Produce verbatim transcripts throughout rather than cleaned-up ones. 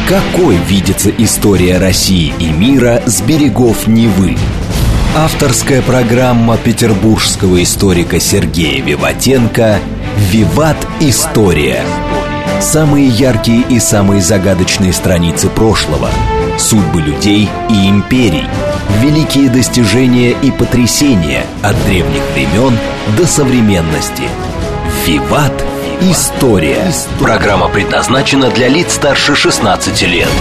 Какой видится история России и мира с берегов Невы? Авторская программа петербургского историка Сергея Виватенко «Виват. История». Самые яркие и самые загадочные страницы прошлого, судьбы людей и империй, великие достижения и потрясения от древних времен до современности. «Виват. История». Программа предназначена для лиц старше шестнадцати лет.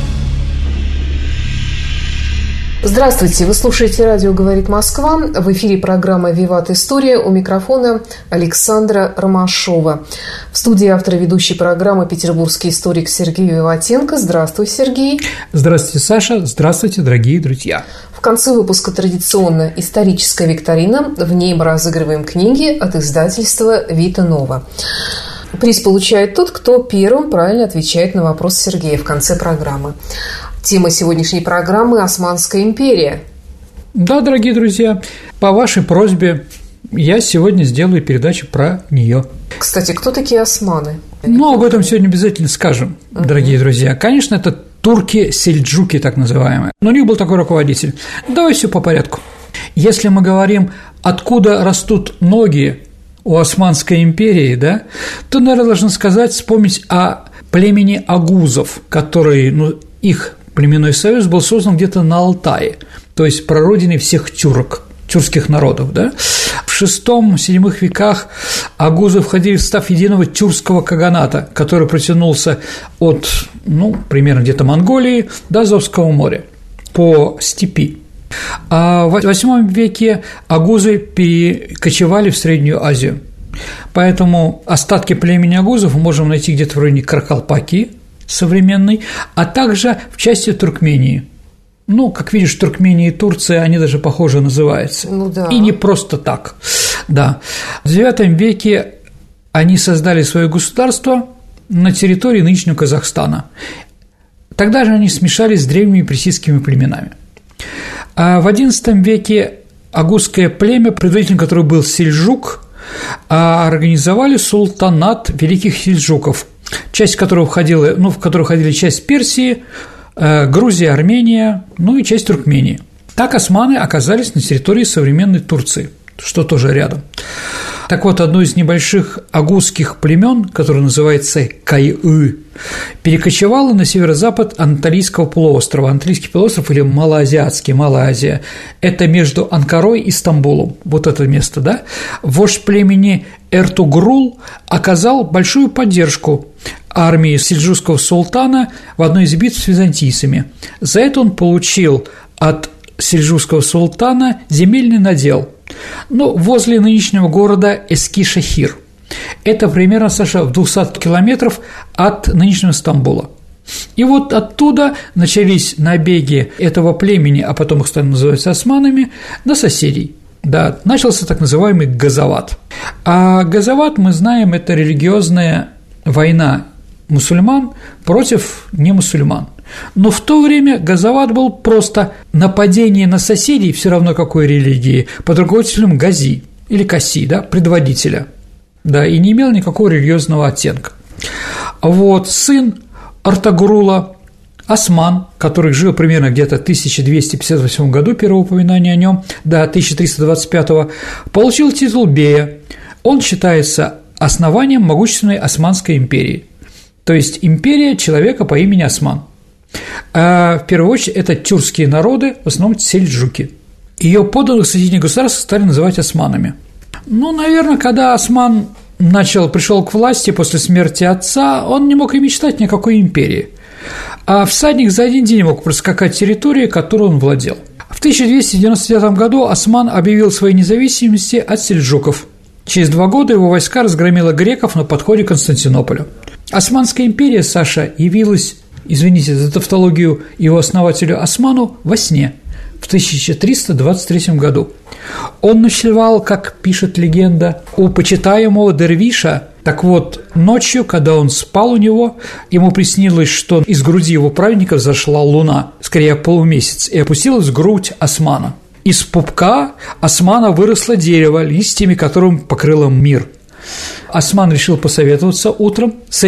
Здравствуйте, вы слушаете радио «Говорит Москва». В эфире программа «Виват. История». У микрофона Александра Ромашова. В студии автор и ведущий программы петербургский историк Сергей Виватенко. Здравствуй, Сергей. Здравствуйте, Саша. Здравствуйте, дорогие друзья. В конце выпуска традиционно историческая викторина. В ней мы разыгрываем книги от издательства «Вита Нова». Приз получает тот, кто первым правильно отвечает на вопрос Сергея в конце программы. Тема сегодняшней программы – Османская империя. Да, дорогие друзья, по вашей просьбе я сегодня сделаю передачу про нее. Кстати, кто такие османы? Ну, об этом сегодня обязательно скажем, uh-huh. дорогие друзья. Конечно, это турки-сельджуки, так называемые. Но у них был такой руководитель. Давай все по порядку. Если мы говорим, откуда растут ноги у Османской империи, да, то, наверное, должны сказать, вспомнить о племени агузов, которые, ну, их племенной союз был создан где-то на Алтае, то есть прародиной всех тюрок, тюркских народов, да. В шестом-седьмых веках агузы входили в состав единого тюркского каганата, который протянулся от, ну, примерно где-то Монголии до Азовского моря по степи. А в восьмом веке агузы перекочевали в Среднюю Азию, поэтому остатки племени агузов мы можем найти где-то в районе Каракалпакии современной, а также в части Туркмении. Ну, как видишь, Туркмения и Турция, они даже похоже называются. Ну, да. И не просто так. Да. В девятом веке они создали свое государство на территории нынешнего Казахстана. Тогда же они смешались с древними персидскими племенами. А в одиннадцатом веке агузское племя, предводителем которого был сельджук, организовали султанат великих сельджуков, часть которого входила, ну, в которую входили часть Персии, Грузия, Армения, ну и часть Туркмении. Так османы оказались на территории современной Турции, что тоже рядом. Так вот, одно из небольших агузских племен, которое называется Кайы, перекочевало на северо-запад Анатолийского полуострова. Анатолийский полуостров или Малоазиатский, Малайзия – это между Анкарой и Стамбулом, вот это место, да? Вождь племени Эртугрул оказал большую поддержку армии сельджукского султана в одной из битв с византийцами. За это он получил от сельджукского султана земельный надел, ну, возле нынешнего города Эски-Шахир. Это примерно, Саша, в двухстах километров от нынешнего Стамбула. И вот оттуда начались набеги этого племени, а потом их стали называть османами, на соседей. Да, начался так называемый Газават. А Газават, мы знаем, это религиозная война мусульман против немусульман. Но в то время Газават был просто нападение на соседей, все равно какой религии, под руководителем Гази или Каси, да, предводителя, да, и не имел никакого религиозного оттенка. Вот сын Артагрула, Осман, который жил примерно где-то в тысяча двести пятьдесят восьмом году, первое упоминание о нем, до тысяча триста двадцать пятого, получил титул бея. Он считается основанием могущественной Османской империи, то есть империя человека по имени Осман. А в первую очередь это тюркские народы, в основном сельджуки. Ее подданных соседних государств стали называть османами. Ну, наверное, когда Осман начал, пришел к власти после смерти отца, он не мог и мечтать ни о какой империи. А всадник за один день мог проскакать территории, которой он владел. В тысяча двести девяносто девятом году Осман объявил своей независимости от сельджуков. Через два года его войска разгромило греков на подходе к Константинополю. Османская империя, Саша, явилась, извините за тавтологию, его основателю Осману во сне в тысяча триста двадцать третьем году. Он ночевал, как пишет легенда, у почитаемого дервиша. Так вот, ночью, когда он спал у него, ему приснилось, что из груди его праведника взошла луна, скорее полумесяц, и опустилась в грудь Османа. Из пупка Османа выросло дерево, листьями которым покрыло мир. Осман решил посоветоваться утром с этим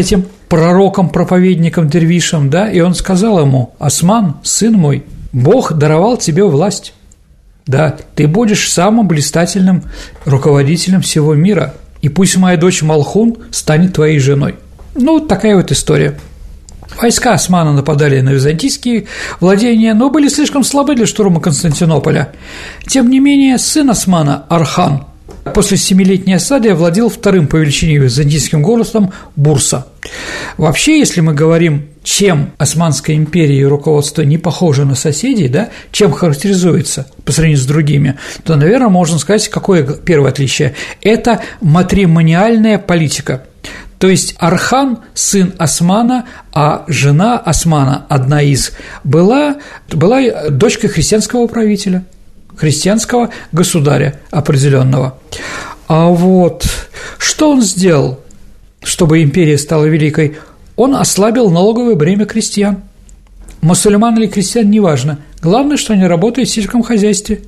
пророком, проповедником, дервишем, да, и он сказал ему: «Осман, сын мой, Бог даровал тебе власть, да, ты будешь самым блистательным руководителем всего мира, и пусть моя дочь Малхун станет твоей женой». Ну, вот такая вот история. Войска османа нападали на византийские владения, но были слишком слабы для штурма Константинополя. Тем не менее, сын османа, Архан, после семилетней осады овладел вторым по величине византийским городом Бурса. Вообще, если мы говорим, чем Османская империя и руководство не похожи на соседей, да, чем характеризуется по сравнению с другими, то, наверное, можно сказать, какое первое отличие – это матримониальная политика. То есть Архан – сын Османа, а жена Османа, одна из, была, была дочкой христианского правителя, христианского государя определенного. А вот что он сделал, чтобы империя стала великой? Он ослабил налоговое бремя крестьян. Мусульман или крестьян – неважно. Главное, что они работают в сельском хозяйстве.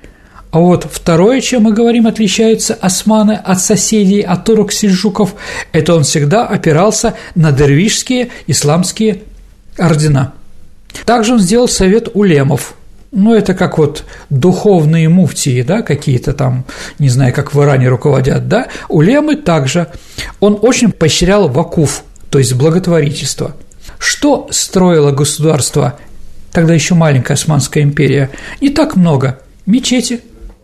А вот второе, чем мы говорим, отличаются османы от соседей, от турок-сельджуков, это он всегда опирался на дервишские исламские ордена. Также он сделал совет улемов. Ну, это как вот духовные муфтии, да, какие-то там, не знаю, как в Иране руководят, да, улемы также. Он очень поощрял вакуф, то есть благотворительство. Что строило государство, тогда еще маленькая Османская империя? Не так много. Мечети,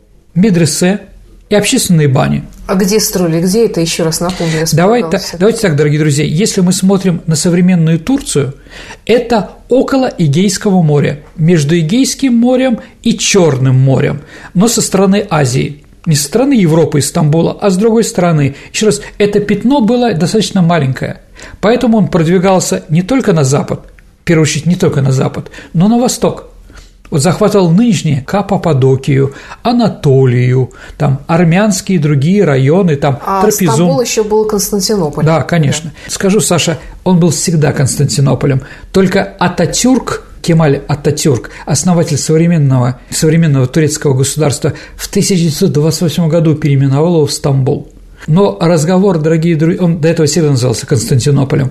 медресе и общественные бани. А где строили? Где это, еще раз напомню? Давай, та, давайте так, дорогие друзья, если мы смотрим на современную Турцию, это около Эгейского моря, между Эгейским морем и Черным морем, но со стороны Азии, не со стороны Европы, из Стамбула, а с другой стороны. Еще раз, это пятно было достаточно маленькое, поэтому он продвигался не только на запад, в первую очередь не только на запад, но на восток. Вот захватывал нынешние Каппадокию, Анатолию, там армянские и другие районы, там а Трапезун. А Стамбул еще был Константинополь. Да, конечно. Да. Скажу, Саша, он был всегда Константинополем. Только Ататюрк, Кемаль Ататюрк, основатель современного, современного турецкого государства, в тысяча девятьсот двадцать восьмом году переименовал его в Стамбул. Но разговор, дорогие друзья, он до этого всегда назывался Константинополем.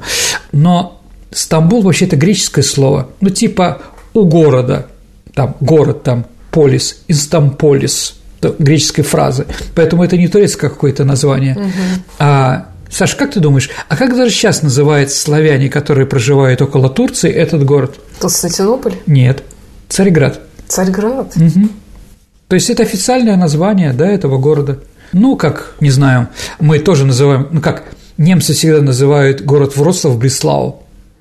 Но Стамбул вообще это греческое слово, ну типа у города. Там город, там полис, Инстамполис, греческой фразы. Поэтому это не турецкое какое-то название. Угу. А, Саша, как ты думаешь, а как даже сейчас называют славяне, которые проживают около Турции, этот город? Константинополь? Нет, Царьград. Царьград? Угу. То есть это официальное название, да, этого города. Ну, как, не знаю, мы тоже называем, ну как, немцы всегда называют город Вроцлав Бреслау.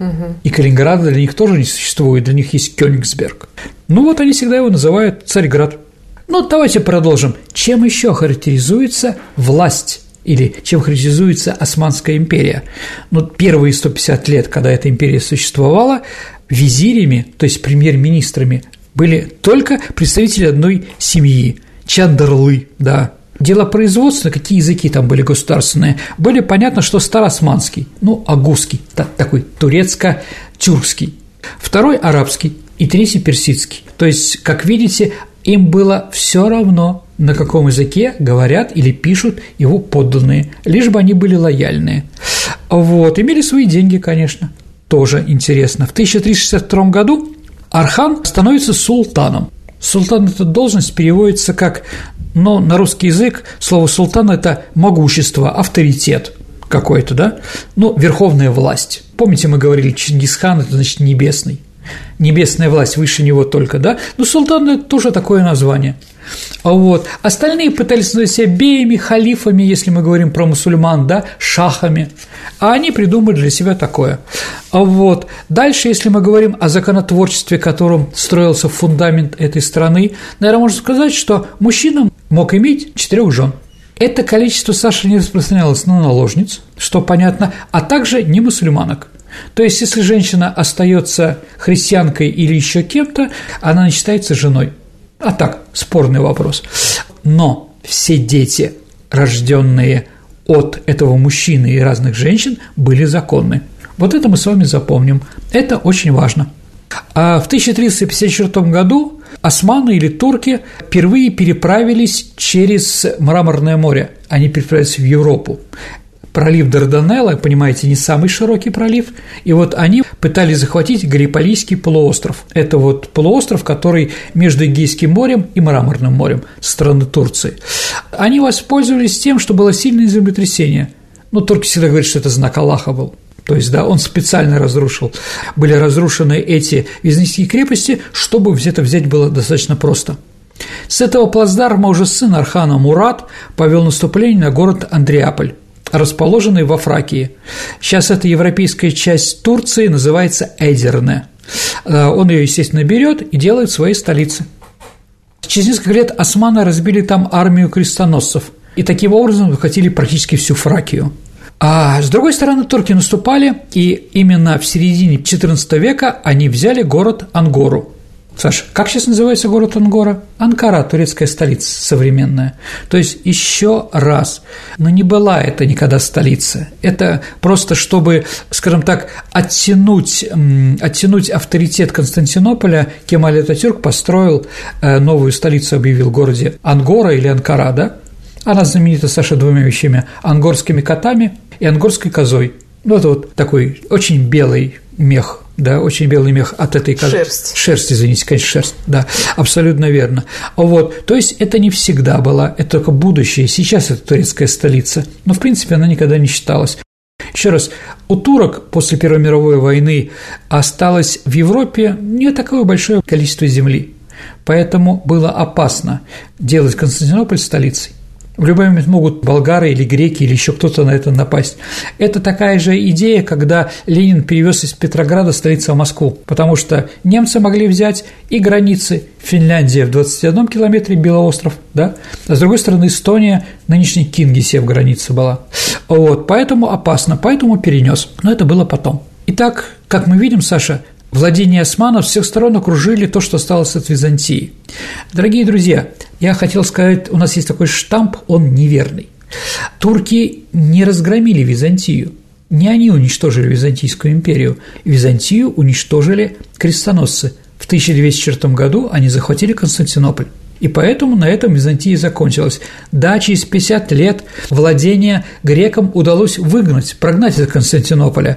И Калининград для них тоже не существует, для них есть Кёнигсберг. Ну вот они всегда его называют Царьград. Ну давайте продолжим. Чем еще характеризуется власть или чем характеризуется Османская империя? Ну первые сто пятьдесят лет, когда эта империя существовала, визирями, то есть премьер-министрами, были только представители одной семьи – Чандарлы, да. Дело производства, какие языки там были государственные, были понятно, что староосманский, ну, агузский, такой турецко-тюркский, второй – арабский и третий – персидский. То есть, как видите, им было все равно, на каком языке говорят или пишут его подданные, лишь бы они были лояльные. Вот, имели свои деньги, конечно, тоже интересно. В тысяча триста шестьдесят втором году Архан становится султаном. Султан – эта должность переводится как, но на русский язык слово «султан» – это могущество, авторитет какой-то, да, ну, верховная власть. Помните, мы говорили, Чингисхан – это значит небесный, небесная власть, выше него только, да, но султан – это тоже такое название. А вот остальные пытались назвать себя беями, халифами, если мы говорим про мусульман, да, шахами, а они придумали для себя такое. А вот дальше, если мы говорим о законотворчестве, которым строился фундамент этой страны, наверное, можно сказать, что мужчина мог иметь четырех жен. Это количество, Саша, не распространялось на наложниц, что понятно, а также не мусульманок. То есть, если женщина остается христианкой или еще кем-то, она не считается женой. А так, спорный вопрос. Но все дети, рожденные от этого мужчины и разных женщин, были законны. Вот это мы с вами запомним. Это очень важно. А в тысяча триста пятьдесят четвёртом году османы или турки впервые переправились через Мраморное море. Они переправились в Европу. пролив Дарданелла, понимаете, не самый широкий пролив, и вот они пытались захватить Галлиполийский полуостров. Это вот полуостров, который между Эгейским морем и Мраморным морем со стороны Турции. Они воспользовались тем, что было сильное землетрясение. Ну, турки всегда говорят, что это знак Аллаха был. То есть, да, он специально разрушил. Были разрушены эти византийские крепости, чтобы это взять было достаточно просто. С этого плацдарма уже сын Орхана Мурат повел наступление на город Андреаполь, расположенный во Фракии. Сейчас эта европейская часть Турции называется Эдирне. Он ее, естественно, берет и делает своей столицей. Через несколько лет османы разбили там армию крестоносцев и таким образом захватили практически всю Фракию. А с другой стороны, турки наступали, и именно в середине четырнадцатого века они взяли город Ангору. Саша, как сейчас называется город Ангора? Анкара, турецкая столица современная. То есть еще раз, но не была это никогда столица. Это просто чтобы, скажем так, оттянуть, оттянуть авторитет Константинополя, Кемаль Ататюрк построил новую столицу, объявил в городе Ангора или Анкара, да? Она знаменита, Саша, двумя вещами – ангорскими котами и ангорской козой. Ну, это вот такой очень белый мех, да, очень белый мех от этой козы. Шерсть. Шерсть, извините, конечно, шерсть, да, абсолютно верно. Вот, то есть это не всегда было, это только будущее, сейчас это турецкая столица, но, в принципе, она никогда не считалась. Еще раз, у турок после Первой мировой войны осталось в Европе не такое большое количество земли, поэтому было опасно делать Константинополь столицей. В любой момент могут болгары или греки или еще кто-то на это напасть. Это такая же идея, когда Ленин перевез из Петрограда столицу в Москву, потому что немцы могли взять и границы. Финляндия в двадцати одном километре, Белоостров, да, а с другой стороны Эстония, нынешняя Кингисепп граница была. Вот, поэтому опасно, поэтому перенес. Но это было потом. Итак, как мы видим, Саша, владения османов с всех сторон окружили то, что осталось от Византии. Дорогие друзья, я хотел сказать, у нас есть такой штамп, он неверный. Турки не разгромили Византию, не они уничтожили Византийскую империю, Византию уничтожили крестоносцы. В тысяча двести четвёртом году они захватили Константинополь. И поэтому на этом Византия закончилась. Да, через пятьдесят лет владения грекам удалось выгнать, прогнать из Константинополя,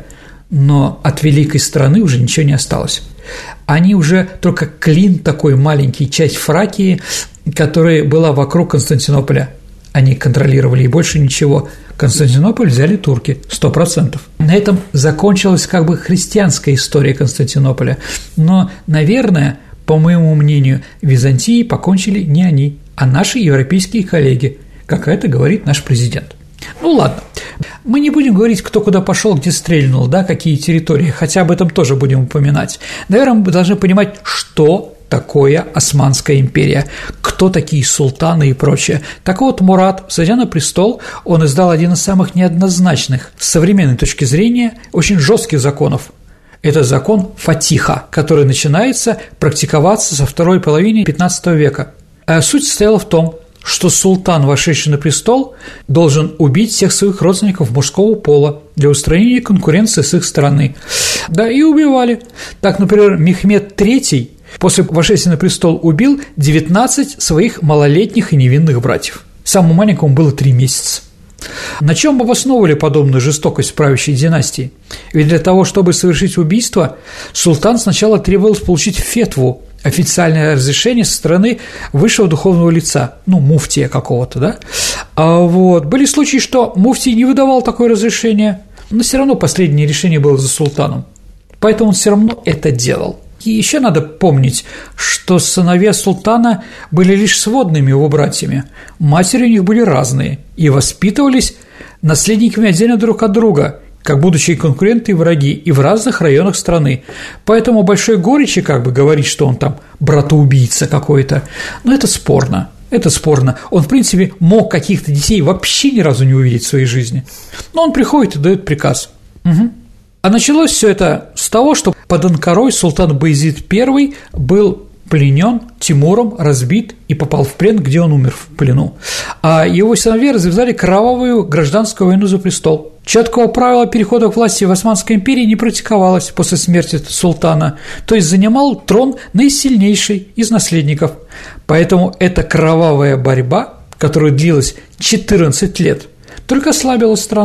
но от великой страны уже ничего не осталось. Они уже только клин такой маленький, часть Фракии, которая была вокруг Константинополя, они контролировали, и больше ничего. Константинополь взяли турки, сто процентов. На этом закончилась как бы христианская история Константинополя. Но, наверное, по моему мнению, Византии покончили не они, а наши европейские коллеги, как это говорит наш президент. Ну ладно, мы не будем говорить, кто куда пошел, где стрельнул, да, какие территории, хотя об этом тоже будем упоминать. Наверное, мы должны понимать, что такое Османская империя, кто такие султаны и прочее. Так вот, Мурат, взойдя на престол, он издал один из самых неоднозначных с современной точки зрения очень жестких законов. Это закон Фатиха, который начинается практиковаться со второй половины пятнадцатого века. А суть состояла в том, что султан, вошедший на престол, должен убить всех своих родственников мужского пола для устранения конкуренции с их стороны. Да, и убивали. Так, например, Мехмед третий после вошествия на престол убил девятнадцать своих малолетних и невинных братьев. Самому маленькому было три месяца. На чем обосновывали подобную жестокость правящей династии? Ведь для того, чтобы совершить убийство, султан сначала требовалось получить фетву, официальное разрешение со стороны высшего духовного лица, ну, муфтия какого-то, да? А вот были случаи, что муфтий не выдавал такое разрешение, но все равно последнее решение было за султаном, поэтому он все равно это делал. И еще надо помнить, что сыновья султана были лишь сводными его братьями, матери у них были разные и воспитывались наследниками отдельно друг от друга, как будущие конкуренты и враги, и в разных районах страны. Поэтому большой горечи как бы говорить, что он там братоубийца какой-то, но это спорно. Это спорно. Он, в принципе, мог каких-то детей вообще ни разу не увидеть в своей жизни. Но он приходит и дает приказ. Угу. А началось все это с того, что под Анкарой султан Баязид I был пленен Тимуром, разбит и попал в плен, где он умер в плену. А его сыновья развязали кровавую гражданскую войну за престол. Четкого правила перехода к власти в Османской империи не практиковалось после смерти султана, то есть занимал трон наисильнейший из наследников. Поэтому эта кровавая борьба, которая длилась четырнадцать лет, только ослабила страну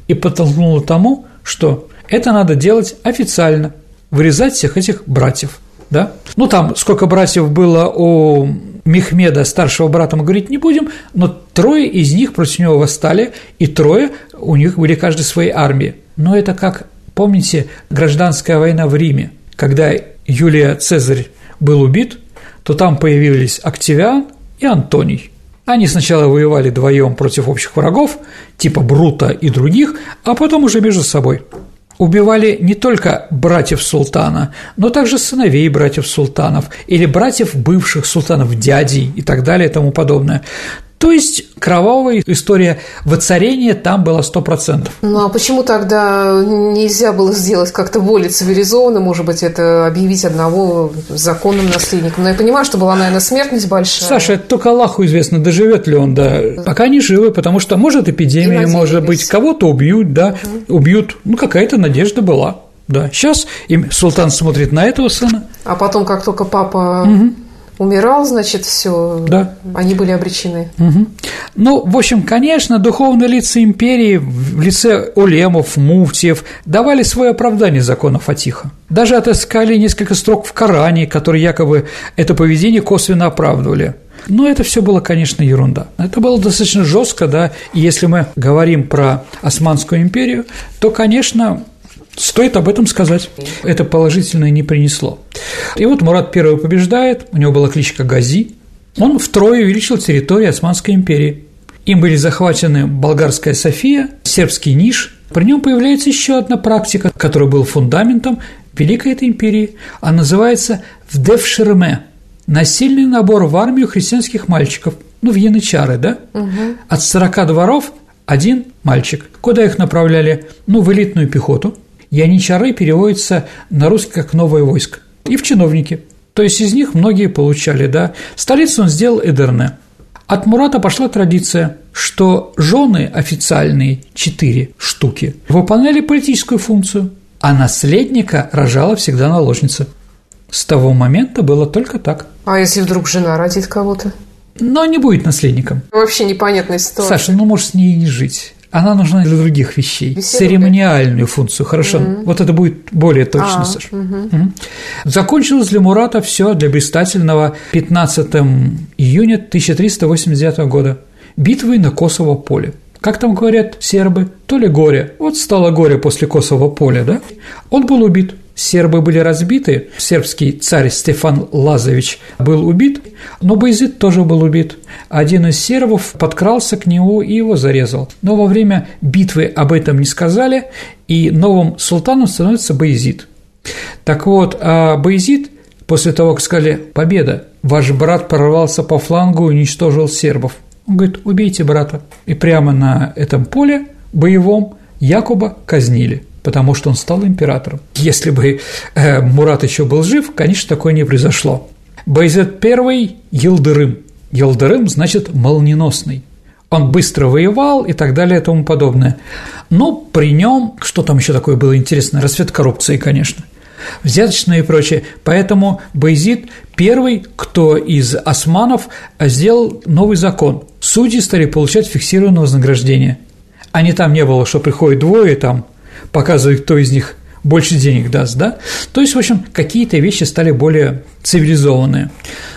и подтолкнуло тому, что это надо делать официально, вырезать всех этих братьев, да? Ну, там сколько братьев было у Мехмеда, старшего брата, мы говорить не будем, но трое из них против него восстали, и трое у них были каждый своей армии. Но это как, помните, гражданская война в Риме, когда Юлий Цезарь был убит, то там появились Октавиан и Антоний. Они сначала воевали вдвоем против общих врагов, типа Брута и других, а потом уже между собой. Убивали не только братьев султана, но также сыновей братьев султанов или братьев бывших султанов, дядей и так далее и тому подобное. То есть кровавая история воцарения там была сто процентов. Ну а почему тогда нельзя было сделать как-то более цивилизованно, может быть, это объявить одного законным наследником? Но я понимаю, что была, наверное, смертность большая. Саша, это только Аллаху известно, доживет ли он, да. Пока не живы, потому что, может, эпидемия, может быть, кого-то убьют, да, угу. убьют. Ну, какая-то надежда была. Да. Сейчас им султан смотрит на этого сына. А потом, как только папа... Угу. умирал, значит, все, да. Они были обречены. Угу. Ну, в общем, конечно, духовные лица империи в лице улемов, муфтиев давали свое оправдание закону Фатиха. Даже отыскали несколько строк в Коране, которые якобы это поведение косвенно оправдывали. Но это все было, конечно, ерунда. Это было достаточно жестко, да, и если мы говорим про Османскую империю, то, конечно, стоит об этом сказать. Это положительное не принесло. И вот Мурад Первый побеждает, у него была кличка Гази. Он втрое увеличил территорию Османской империи. Им были захвачены болгарская София, сербский Ниш. При нем появляется еще одна практика, которая была фундаментом великой этой империи. Она называется «вдевшерме» – насильный набор в армию христианских мальчиков, ну, в янычары, да? Угу. От сорока дворов один мальчик. Куда их направляли? Ну, в элитную пехоту. Янычары переводятся на русский как «новое войско» и в чиновники. То есть из них многие получали, да. Столицу он сделал Эдирне. От Мурата пошла традиция, что жены официальные, четыре штуки, выполняли политическую функцию, а наследника рожала всегда наложница. С того момента было только так. А если вдруг жена родит кого-то? Но не будет наследником. Вообще непонятная ситуация. Саша, ну можешь с ней не жить. Она нужна для других вещей. Беседу, церемониальную функцию, хорошо. Mm-hmm. Вот это будет более точно, а, Саша. Mm-hmm. Mm-hmm. Закончилось для Мурата все для блистательного пятнадцатого июня тысяча триста восемьдесят девятого года битвой на Косово поле. Как там говорят сербы? То ли горе. Вот стало горе после Косово поля, да? Он был убит. Сербы были разбиты, сербский царь Стефан Лазович был убит, но Баязид тоже был убит. Один из сербов подкрался к нему и его зарезал. Но во время битвы об этом не сказали, и новым султаном становится Баязид. Так вот, а Баязид, после того, как сказали «победа», ваш брат прорвался по флангу и уничтожил сербов. Он говорит: убейте брата. И прямо на этом поле боевом Якуба казнили, потому что он стал императором. Если бы э, Мурат еще был жив, конечно, такое не произошло. Баязид I – Йылдырым. Йылдырым значит «молниеносный». Он быстро воевал и так далее и тому подобное. Но при нем, что там еще такое было интересное, расцвет коррупции, конечно, взяточные и прочее. Поэтому Баязид первый, кто из османов сделал новый закон. Судьи стали получать фиксированное вознаграждение. А не там не было, что приходит двое, там показывает, кто из них больше денег даст, да? То есть, в общем, какие-то вещи стали более цивилизованные.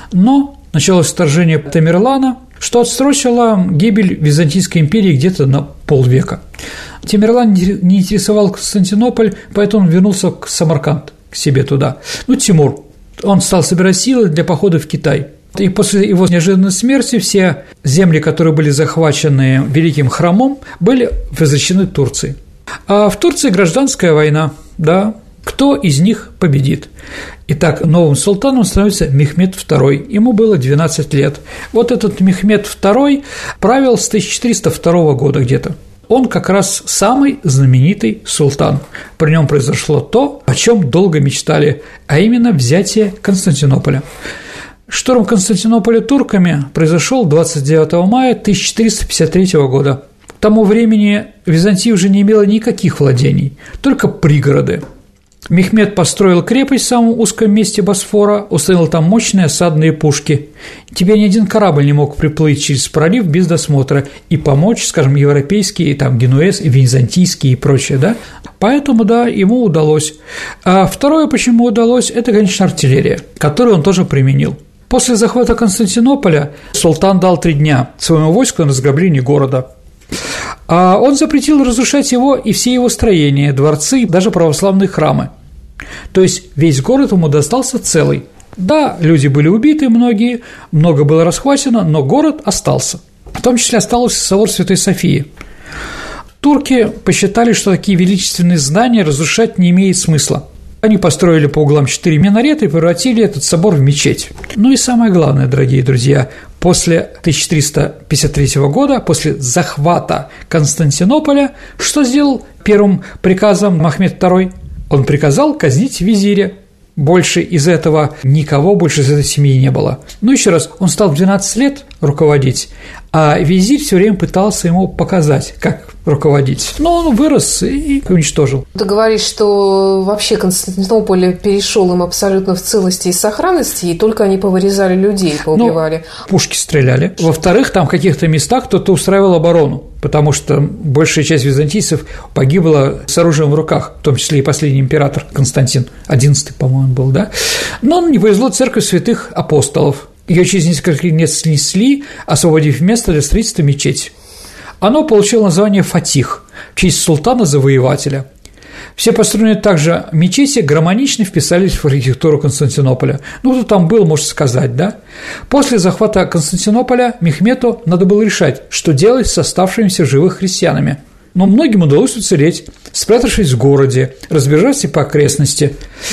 Но началось вторжение Тамерлана, что отсрочило гибель Византийской империи где-то на полвека. Тамерлан не интересовал Константинополь, поэтому он вернулся к Самарканд, к себе туда. Ну, Тимур. Он стал собирать силы для похода в Китай. И после его неожиданной смерти все земли, которые были захвачены Великим Храмом, были возвращены Турции. А в Турции гражданская война, да, кто из них победит? Итак, новым султаном становится Мехмед второй, ему было двенадцать лет. Вот этот Мехмед второй правил с тысяча четыреста второго года где-то. Он как раз самый знаменитый султан. При нем произошло то, о чем долго мечтали, а именно взятие Константинополя. Штурм Константинополя турками произошел двадцать девятого мая тысяча четыреста пятьдесят третьего года. К тому времени Византия уже не имела никаких владений, только пригороды. Мехмед построил крепость в самом узком месте Босфора, установил там мощные осадные пушки. Теперь ни один корабль не мог приплыть через пролив без досмотра и помочь, скажем, европейские, там, генуэз, византийские и прочее, да? Поэтому, да, ему удалось. А второе, почему удалось, это, конечно, артиллерия, которую он тоже применил. После захвата Константинополя султан дал три дня своему войску на разграбление города. А он запретил разрушать его и все его строения, дворцы, даже православные храмы. То есть весь город ему достался целый. Да, люди были убиты многие, много было расхвачено, но город остался. В том числе остался собор Святой Софии. Турки посчитали, что такие величественные здания разрушать не имеет смысла. Они построили по углам четыре минарета и превратили этот собор в мечеть. Ну и самое главное, дорогие друзья, после тысяча триста пятьдесят третьего года, после захвата Константинополя, что сделал первым приказом Махмед второй? Он приказал казнить визиря. Больше из этого никого, больше из этой семьи не было. Ну, еще раз, он стал в двенадцать лет руководить, а визирь все время пытался ему показать, как руководить. Но он вырос и уничтожил. Ты говоришь, что вообще Константинополь перешел им абсолютно в целости и сохранности, и только они повырезали людей, поубивали. Ну, пушки стреляли. Во-вторых, там в каких-то местах кто-то устраивал оборону, потому что большая часть византийцев погибла с оружием в руках, в том числе и последний император Константин, одиннадцатый, по-моему, был, да? Но не повезло церковь святых апостолов. Ее через несколько лет снесли, освободив место для строительства мечети. Оно получило название Фатих в честь султана-завоевателя. Все построенные также мечети гармонично вписались в архитектуру Константинополя. Ну, кто там был, можно сказать, да? После захвата Константинополя Мехмету надо было решать, что делать с оставшимися живых христианами. Но многим удалось уцелеть, спрятавшись в городе, разбежаться по окрестности.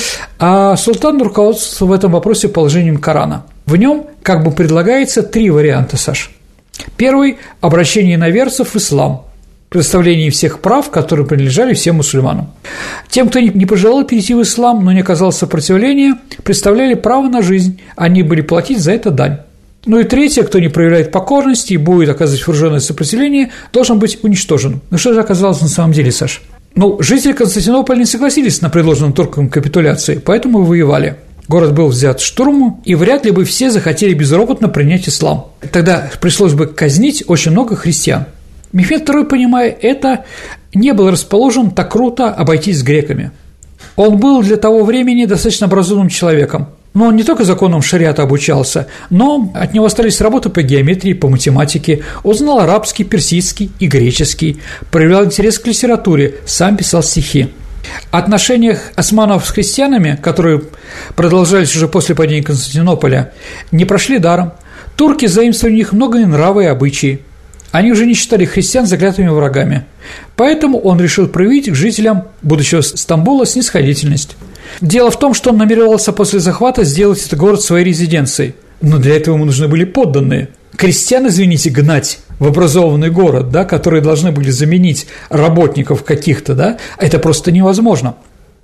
А султан руководствовался в этом вопросе положением Корана. В нем как бы предлагается три варианта, Саш. Первый – обращение иноверцев в ислам, предоставление всех прав, которые принадлежали всем мусульманам. Тем, кто не пожелал перейти в ислам, но не оказал сопротивления, представляли право на жизнь, они были платить за это дань. Ну и третье, кто не проявляет покорности и будет оказывать вооруженное сопротивление, должен быть уничтожен. Ну что же оказалось на самом деле, Саш? Ну, жители Константинополя не согласились на предложенную туркам капитуляции, поэтому и воевали. Город был взят штурмом, и вряд ли бы все захотели безропотно принять ислам. Тогда пришлось бы казнить очень много христиан. Мехмед второй, понимая это, не был расположен так круто обойтись с греками. Он был для того времени достаточно образованным человеком. Но он не только законам шариата обучался, но от него остались работы по геометрии, по математике, он знал арабский, персидский и греческий, проявлял интерес к литературе, сам писал стихи. О отношениях османов с христианами, которые продолжались уже после падения Константинополя, не прошли даром. Турки заимствовали у них многое нравы и обычаи. Они уже не считали христиан заклятыми врагами. Поэтому он решил проявить к жителям будущего Стамбула снисходительность. Дело в том, что он намеревался после захвата сделать этот город своей резиденцией. Но для этого ему нужны были подданные. Крестьян, извините, гнать в образованный город, да, которые должны были заменить работников каких-то, да, это просто невозможно.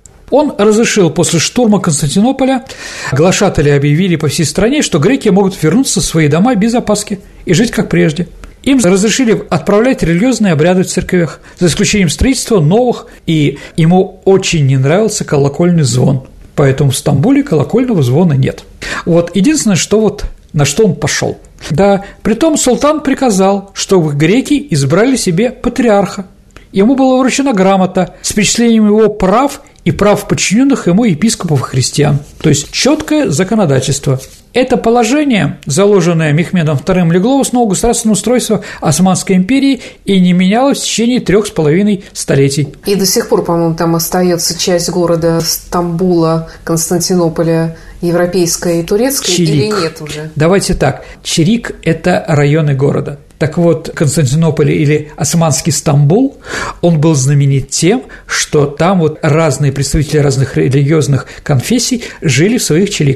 Он разрешил после штурма Константинополя, глашатели объявили по всей стране, что греки могут вернуться в свои дома без опаски и жить как прежде. Им разрешили отправлять религиозные обряды в церквях, за исключением строительства новых, и ему очень не нравился колокольный звон, поэтому в Стамбуле колокольного звона нет. Вот единственное, что вот на что он пошел. Да, притом султан приказал, чтобы греки избрали себе патриарха. Ему была вручена грамота с перечислением его прав и прав подчиненных ему епископов и христиан. То есть четкое законодательство. Это положение, заложенное Мехмедом вторым, легло в основу государственного устройства Османской империи и не менялось в течение трех с половиной столетий. И до сих пор, по-моему, там остается часть города Стамбула, Константинополя, европейская и турецкая, Чирик. Или нет уже? Давайте так. Чирик – это районы города. Так вот, Константинополь или османский Стамбул, он был знаменит тем, что там вот разные представители разных религиозных конфессий жили в своих чириках.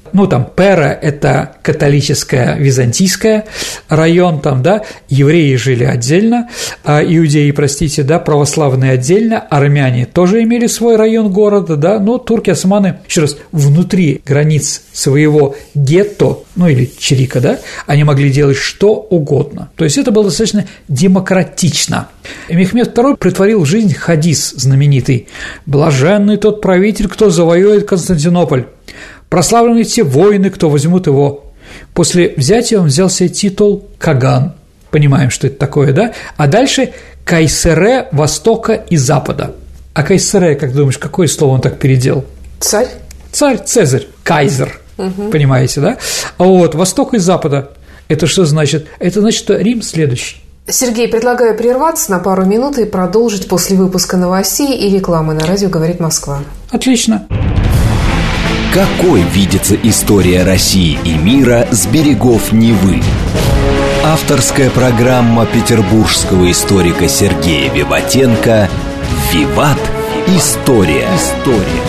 Ну, там, Пера – это католическая, византийская район, там, да, евреи жили отдельно, а иудеи, простите, да, православные отдельно, армяне тоже имели свой район города, да, но турки-османы, еще раз, внутри границ своего гетто, ну, или чирика, да, они могли делать что угодно. То есть это было достаточно демократично. Мехмед второй претворил в жизнь хадис знаменитый: «Блаженный тот правитель, кто завоюет Константинополь. Прославлены те воины, кто возьмут его». После взятия он взял себе титул Каган. Понимаем, что это такое, да? А дальше Кайсере Востока и Запада. А Кайсере, как думаешь, какое слово он так переделал? Царь. Царь, Цезарь, Кайзер. Угу. Понимаете, да? А вот Восток и Запада. Это что значит? Это значит, что Рим следующий. Сергей, предлагаю прерваться на пару минут и продолжить после выпуска новостей и рекламы на радио «Говорит Москва». Отлично. Какой видится история России и мира с берегов Невы? Авторская программа петербургского историка Сергея Виватенко «Виват. История». История.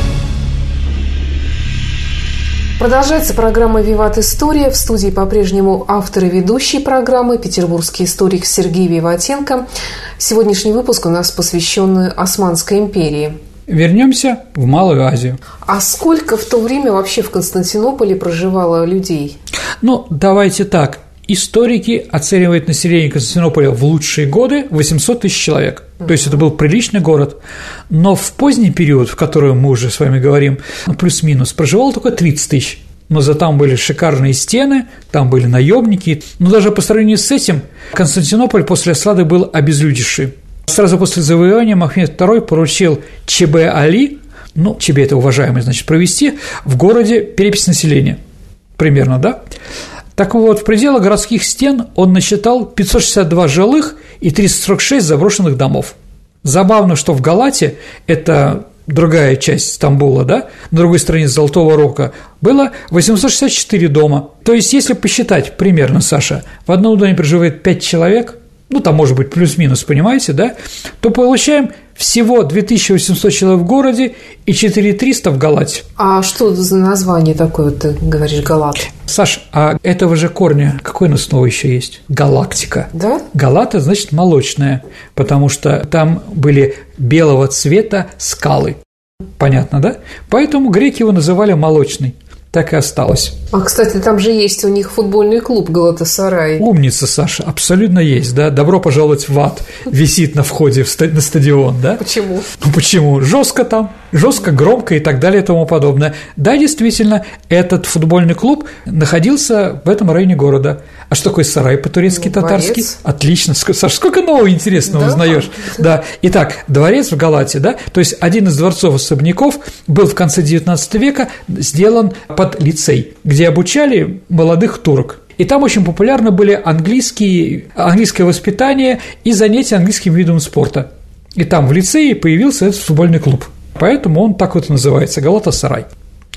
Продолжается программа «Виват. История». В студии по-прежнему автор и ведущий программы, петербургский историк Сергей Виватенко. Сегодняшний выпуск у нас посвящен Османской империи. Вернемся в Малую Азию. А сколько в то время вообще в Константинополе проживало людей? Ну, давайте так. Историки оценивают население Константинополя в лучшие годы восемьсот тысяч человек. То есть это был приличный город. Но в поздний период, в который мы уже с вами говорим, ну, плюс-минус, проживало только тридцать тысяч. Но зато там были шикарные стены, там были наемники. Но даже по сравнению с этим Константинополь после осады был обезлюдевший. Сразу после завоевания Мехмед второй поручил Чебе Али, ну, Чебе – это уважаемый, значит, провести в городе перепись населения. Примерно, да? Так вот, в пределах городских стен он насчитал пятьсот шестьдесят два жилых и триста сорок шесть заброшенных домов. Забавно, что в Галате, это другая часть Стамбула, да, на другой стороне Золотого Рока, было восемьсот шестьдесят четыре дома. То есть, если посчитать примерно, Саша, в одном доме проживает пять человек, ну, там может быть плюс-минус, понимаете, да, то получаем всего две тысячи восемьсот человек в городе и четыре тысячи триста в Галате. А что за название такое, ты говоришь, Галат? Саш, а этого же корня какое у нас снова еще есть? Галактика. Да? Галата значит молочная, потому что там были белого цвета скалы. Понятно, да? Поэтому греки его называли молочный. Так и осталось. А, кстати, там же есть у них футбольный клуб Галатасарай. Умница, Саша, абсолютно есть, да. Добро пожаловать в ад висит на входе в ста- на стадион, да. Почему? Ну почему? Жестко там, жестко, громко и так далее и тому подобное. Да, действительно, этот футбольный клуб находился в этом районе города. А что такое сарай по-турецки, ну, татарский? Дворец. Отлично. Саша, сколько нового интересного да? узнаешь? Да. Итак, дворец в Галате, да, то есть один из дворцов-особняков был в конце девятнадцатого века сделан под лицей, где обучали молодых турок. И там очень популярны были английские, английское воспитание и занятия английским видом спорта. И там в лицее появился этот футбольный клуб. Поэтому он так вот и называется – Галатасарай.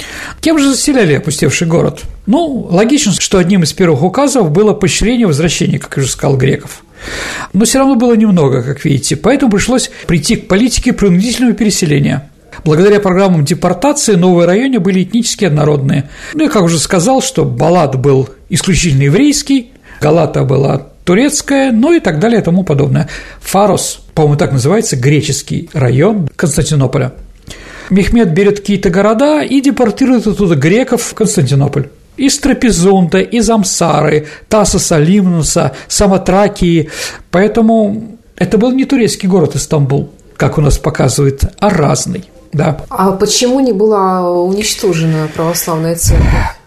Кем же заселяли опустевший город? Ну, логично, что одним из первых указов было поощрение возвращения, как я уже сказал, греков. Но все равно было немного, как видите, поэтому пришлось прийти к политике принудительного переселения. Благодаря программам депортации новые районы были этнически однородные. Ну, я как уже сказал, что Балат был исключительно еврейский, Галата была турецкая, ну и так далее и тому подобное. Фарос, по-моему, так называется, греческий район Константинополя. Мехмед берет какие-то города и депортирует оттуда греков в Константинополь. Из Трапезунта, из Амсары, Тассоса, Лимноса, Самотракии. Поэтому это был не турецкий город Истамбул, как у нас показывает, а разный. Да. А почему не была уничтожена православная церковь?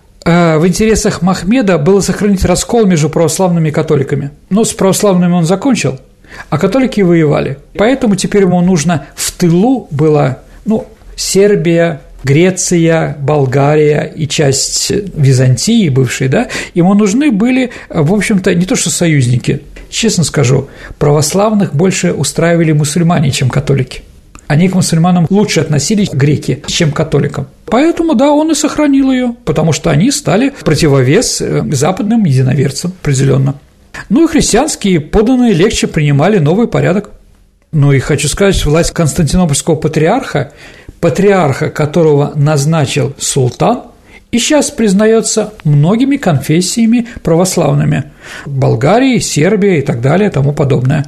В интересах Махмеда было сохранить раскол между православными и католиками. Но с православными он закончил, а католики воевали. Поэтому теперь ему нужно в тылу было, ну, Сербия, Греция, Болгария и часть Византии бывшей, да, ему нужны были, в общем-то, не то что союзники. Честно скажу, православных больше устраивали мусульмане, чем католики. Они к мусульманам лучше относились, греки, чем к католикам. Поэтому, да, он и сохранил ее, потому что они стали противовес западным единоверцам определенно. Ну и христианские подданные легче принимали новый порядок. Ну и хочу сказать, власть константинопольского патриарха, патриарха, которого назначил султан, и сейчас признается многими конфессиями православными – Болгарии, Сербии и так далее и тому подобное.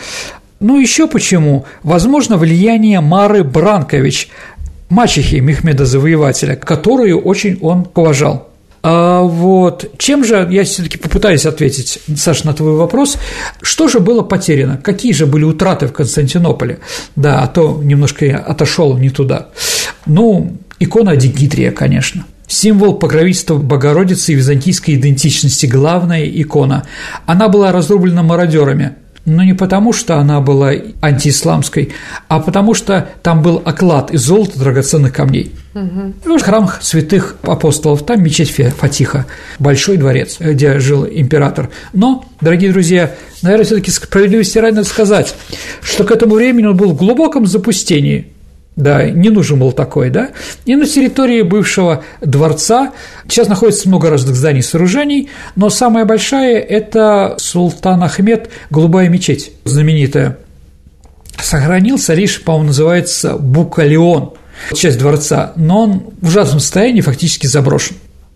Ну, еще почему? Возможно, влияние Мары Бранкович, мачехи Мехмеда Завоевателя, которую очень он уважал. А вот чем же, я все-таки попытаюсь ответить, Саша, на твой вопрос, что же было потеряно, какие же были утраты в Константинополе? Да, а то немножко я отошел не туда. Ну, икона Дигитрия, конечно. Символ покровительства Богородицы и византийской идентичности, главная икона. Она была разрублена мародерами. Но не потому, что она была антиисламской, а потому, что там был оклад из золота, драгоценных камней. Угу. Храм святых апостолов, там мечеть Фатиха, большой дворец, где жил император. Но, дорогие друзья, наверное, все-таки справедливости ради надо сказать, что к этому времени он был в глубоком запустении. Да, не нужен был такой, да, и на территории бывшего дворца сейчас находится много разных зданий и сооружений, но самая большая – это Султан Ахмед, голубая мечеть, знаменитая. Сохранился лишь, по-моему, называется Букалеон, часть дворца, но он в ужасном состоянии, фактически заброшен.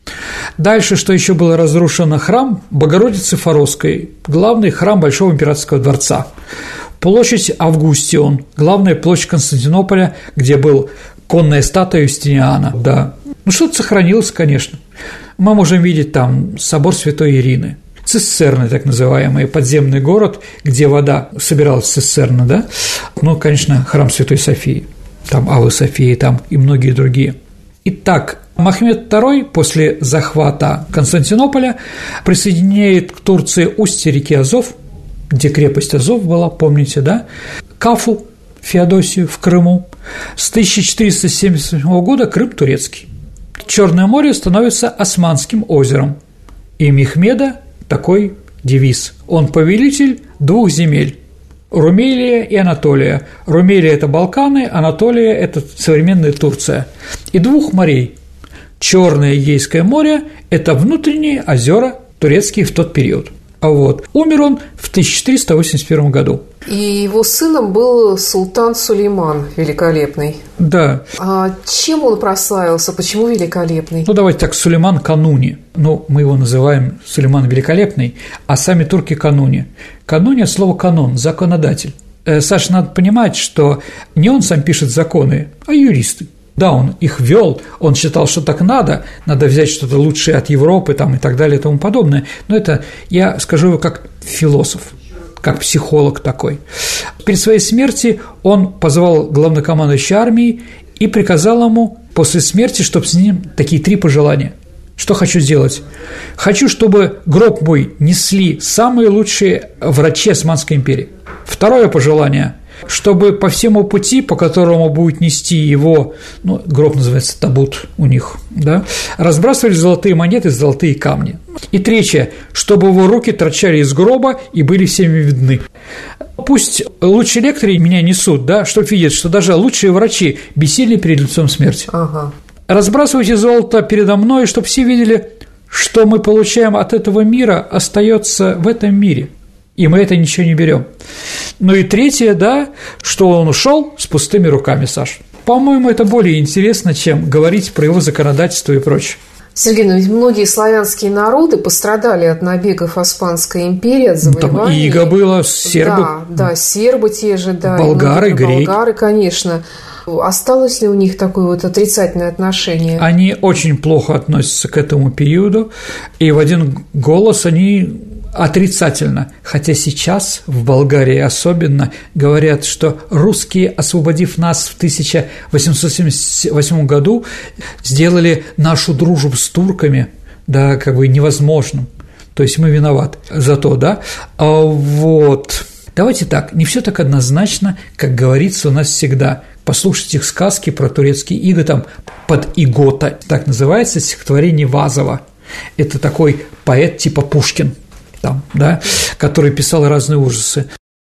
Дальше, что еще было разрушено, храм Богородицы Фаровской, главный храм Большого императорского дворца. Площадь Августион, главная площадь Константинополя, где был конная статуя Юстиниана, да. Ну, что-то сохранилось, конечно. Мы можем видеть там собор Святой Ирины, цистерны, так называемый, подземный город, где вода собиралась цистерна, да. Ну, конечно, храм Святой Софии, там Авы Софии, там и многие другие. Итак, Махмед второй после захвата Константинополя присоединяет к Турции устье реки Азов, где крепость Азов была, помните, да, Кафу, Феодосию в Крыму. С тысяча четыреста семьдесят восьмого года Крым турецкий. Черное море становится Османским озером. И Мехмеда такой девиз: он повелитель двух земель – Румелия и Анатолия. Румелия – это Балканы, Анатолия – это современная Турция. И двух морей – Черное и Эгейское море – это внутренние озера турецкие в тот период. А вот умер он в тысяча четыреста восемьдесят первом году. И его сыном был султан Сулейман великолепный. Да. А чем он прославился? Почему великолепный? Ну, давайте так, Сулейман Кануни. Ну, мы его называем Сулейман Великолепный, а сами турки Кануни. Кануни от слова канон – законодатель. Саша, надо понимать, что не он сам пишет законы, а юристы. Да, он их вел, он считал, что так надо, надо взять что-то лучшее от Европы там, и так далее и тому подобное, но это, я скажу, как философ, как психолог такой. Перед своей смертью он позвал главнокомандующего армии и приказал ему после смерти, чтобы с ним такие три пожелания. Что хочу сделать? Хочу, чтобы гроб мой несли самые лучшие врачи Османской империи. Второе пожелание – чтобы по всему пути, по которому будет нести его, ну, гроб называется табут у них, да, разбрасывали золотые монеты, золотые камни. И третье, чтобы его руки торчали из гроба и были всеми видны. Пусть лучшие лекари меня несут, да, чтобы видеть, что даже лучшие врачи бессильны перед лицом смерти. Ага. Разбрасывайте золото передо мной, чтобы все видели, что мы получаем от этого мира, остается в этом мире. И мы это ничего не берем. Ну и третье, да, что он ушел с пустыми руками, Саш. По-моему, это более интересно, чем говорить про его законодательство и прочее. Сергей, ну ведь многие славянские народы пострадали от набегов Османской империи, от завоеваний. Там иго было, сербы. Да, да, сербы те же, да. Болгары, греки. Болгары, конечно. Осталось ли у них такое вот отрицательное отношение? Они очень плохо относятся к этому периоду, и в один голос они отрицательно, хотя сейчас в Болгарии особенно говорят, что русские, освободив нас в тысяча восемьсот семьдесят восьмом году, сделали нашу дружбу с турками, да, как бы невозможным, то есть мы виноваты за то, да, а вот, давайте так, не все так однозначно, как говорится у нас всегда. Послушайте их сказки про турецкие иго, там под Игота, так называется стихотворение Вазова, это такой поэт типа Пушкин, там, да, который писал разные ужасы.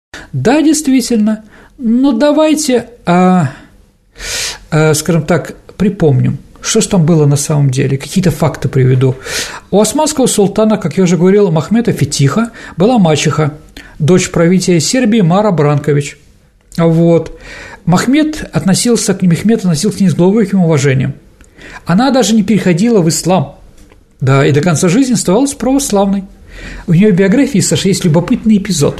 Да, действительно, но давайте, а, а, скажем так, припомним, что же там было на самом деле, какие-то факты приведу. У османского султана, как я уже говорил, Махмеда Фетиха была мачеха, дочь правителя Сербии Мара Бранкович. Вот. Махмед относился к Мехмед относился к ней с глубоким уважением. Она даже не переходила в ислам, да, и до конца жизни оставалась православной. У нее в биографии, Саша, есть любопытный эпизод.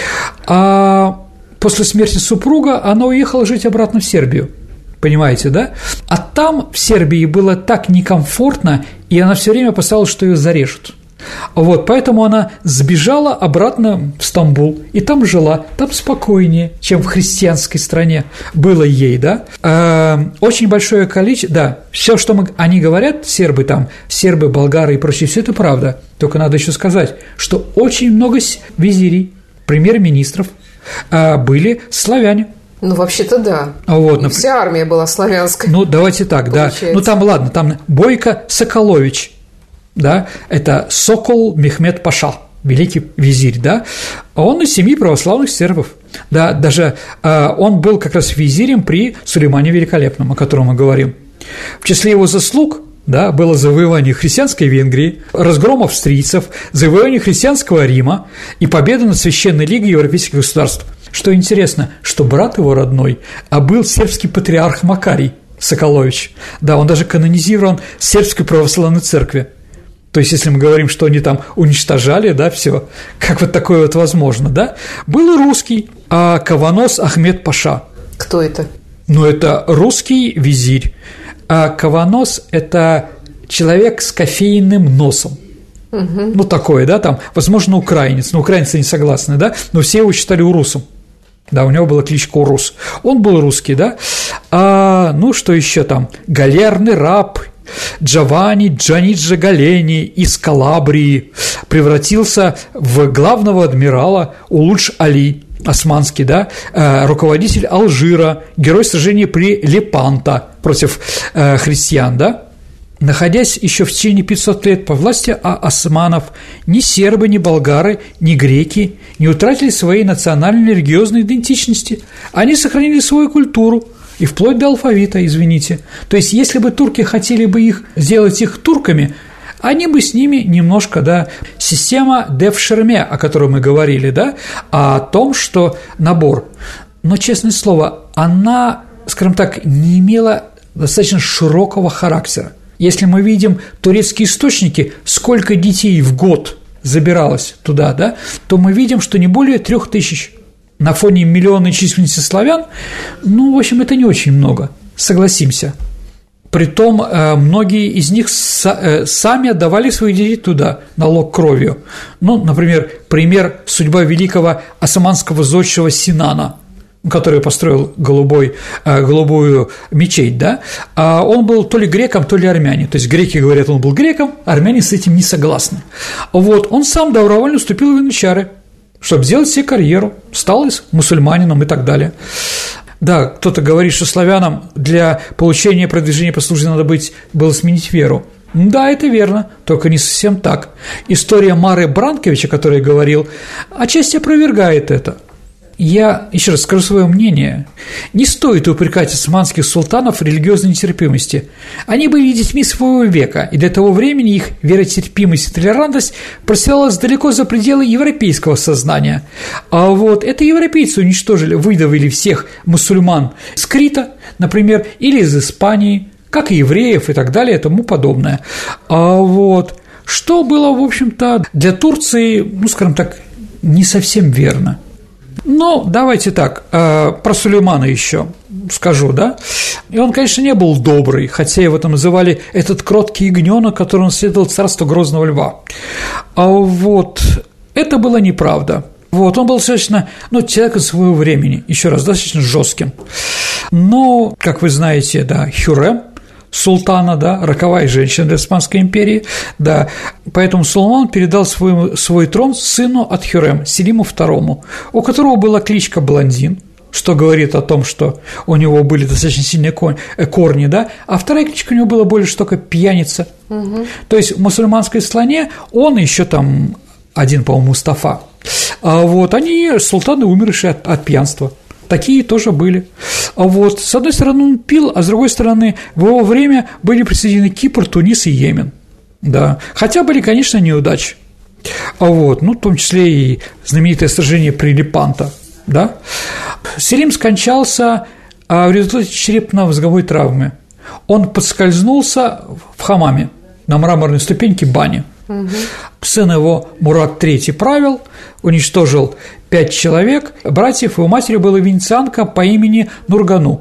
А после смерти супруга она уехала жить обратно в Сербию, понимаете, да? А там, в Сербии, было так некомфортно, и она все время опасалась, что ее зарежут. Вот, поэтому она сбежала обратно в Стамбул, и там жила, там спокойнее, чем в христианской стране было ей, да. Э, очень большое количество, да, все, что мы, они говорят, сербы там, сербы, болгары и прочее, все это правда, только надо еще сказать, что очень много визирей, премьер-министров э, были славяне. Ну, вообще-то да. Вот, и вся армия была славянская. Ну, давайте так, получается. Да. Ну, там, ладно, там Бойко Соколович, да, это Сокол Мехмед Паша, великий визирь, да, он из семьи православных сербов, да, даже э, он был как раз визирем при Сулеймане Великолепном, о котором мы говорим. В числе его заслуг, да, было завоевание христианской Венгрии, разгром австрийцев, завоевание христианского Рима и победа над Священной Лигой европейских государств. Что интересно, что брат его родной, а был сербский патриарх Макарий Соколович, да, он даже канонизирован в сербской православной церкви. То есть, если мы говорим, что они там уничтожали, да, все, как вот такое вот возможно, да, был и русский, а Каванос Ахмед Паша. Кто это? Ну, это русский визирь, а Каванос – это человек с кофейным носом. Угу. Ну, такое, да, там, возможно, украинец, но украинцы не согласны, да, но все его считали урусом. Да, у него была кличка Урус. Он был русский, да. А, ну, что еще там? Галерный раб Джованни Джаниджо Галени из Калабрии превратился в главного адмирала Улудж-Али османский, да, э, руководитель Алжира, герой сражения при Лепанто против э, христиан, да. Находясь еще в течение пятисот лет по власти османов, ни сербы, ни болгары, ни греки не утратили своей национальной религиозной идентичности. Они сохранили свою культуру, и вплоть до алфавита, извините. То есть, если бы турки хотели бы их сделать их турками, они бы с ними немножко, да, система Девшерме, о которой мы говорили, да, о том, что набор. Но, честное слово, она, скажем так, не имела достаточно широкого характера. Если мы видим турецкие источники, сколько детей в год забиралось туда, да, то мы видим, что не более трех тысяч. На фоне миллионной численности славян, ну, в общем, это не очень много, согласимся. Притом многие из них сами отдавали своих детей туда, налог кровью. Ну, например, пример судьба великого османского зодчего Синана, который построил голубой, голубую мечеть, да, он был то ли греком, то ли армянин. То есть греки говорят, он был греком, армяне с этим не согласны. Вот, он сам добровольно вступил в янычары, чтобы сделать себе карьеру, стал мусульманином и так далее. Да, кто-то говорит, что славянам для получения продвижения по службе надо быть, было сменить веру. Да, это верно, только не совсем так. История Мары Бранковича, о которой я говорил, отчасти опровергает это. Я еще раз скажу свое мнение. Не стоит упрекать османских султанов в религиозной нетерпимости. Они были детьми своего века, и для того времени их веротерпимость и толерантность простиралась далеко за пределы европейского сознания. А вот это европейцы уничтожили, выдавили всех мусульман с Крита, например, или из Испании, как и евреев и так далее и тому подобное. А вот что было, в общем-то, для Турции, ну, скажем так, не совсем верно. Ну, давайте так, про Сулеймана еще скажу, да. И он, конечно, не был добрый, хотя его там называли этот кроткий ягнёнок, который наследовал царство Грозного Льва. А вот это было неправда. Вот, он был достаточно, ну, человеком своего времени, еще раз, достаточно жестким. Но, как вы знаете, да, Хюррем, султана, да, роковая женщина для Османской империи, да, поэтому Сулейман передал свой, свой трон сыну от Хюррем, Селиму второму, у которого была кличка Блондин, что говорит о том, что у него были достаточно сильные корни, да, а вторая кличка у него была больше только пьяница. Угу. То есть в мусульманской стране он еще там один, по-моему, Мустафа, а вот они султаны, умершие от, от пьянства. Такие тоже были. А вот с одной стороны он пил, а с другой стороны в его время были присоединены Кипр, Тунис и Йемен. Да. Хотя были, конечно, неудачи. А вот, ну, в том числе и знаменитое сражение при Лепанто. Да. Селим скончался в результате черепно-мозговой травмы. он подскользнулся в хамаме на мраморной ступеньке бани. Угу. Сын его, Мурат третий, правил, уничтожил пять человек, братьев, его матерью была венецианка по имени Нургану.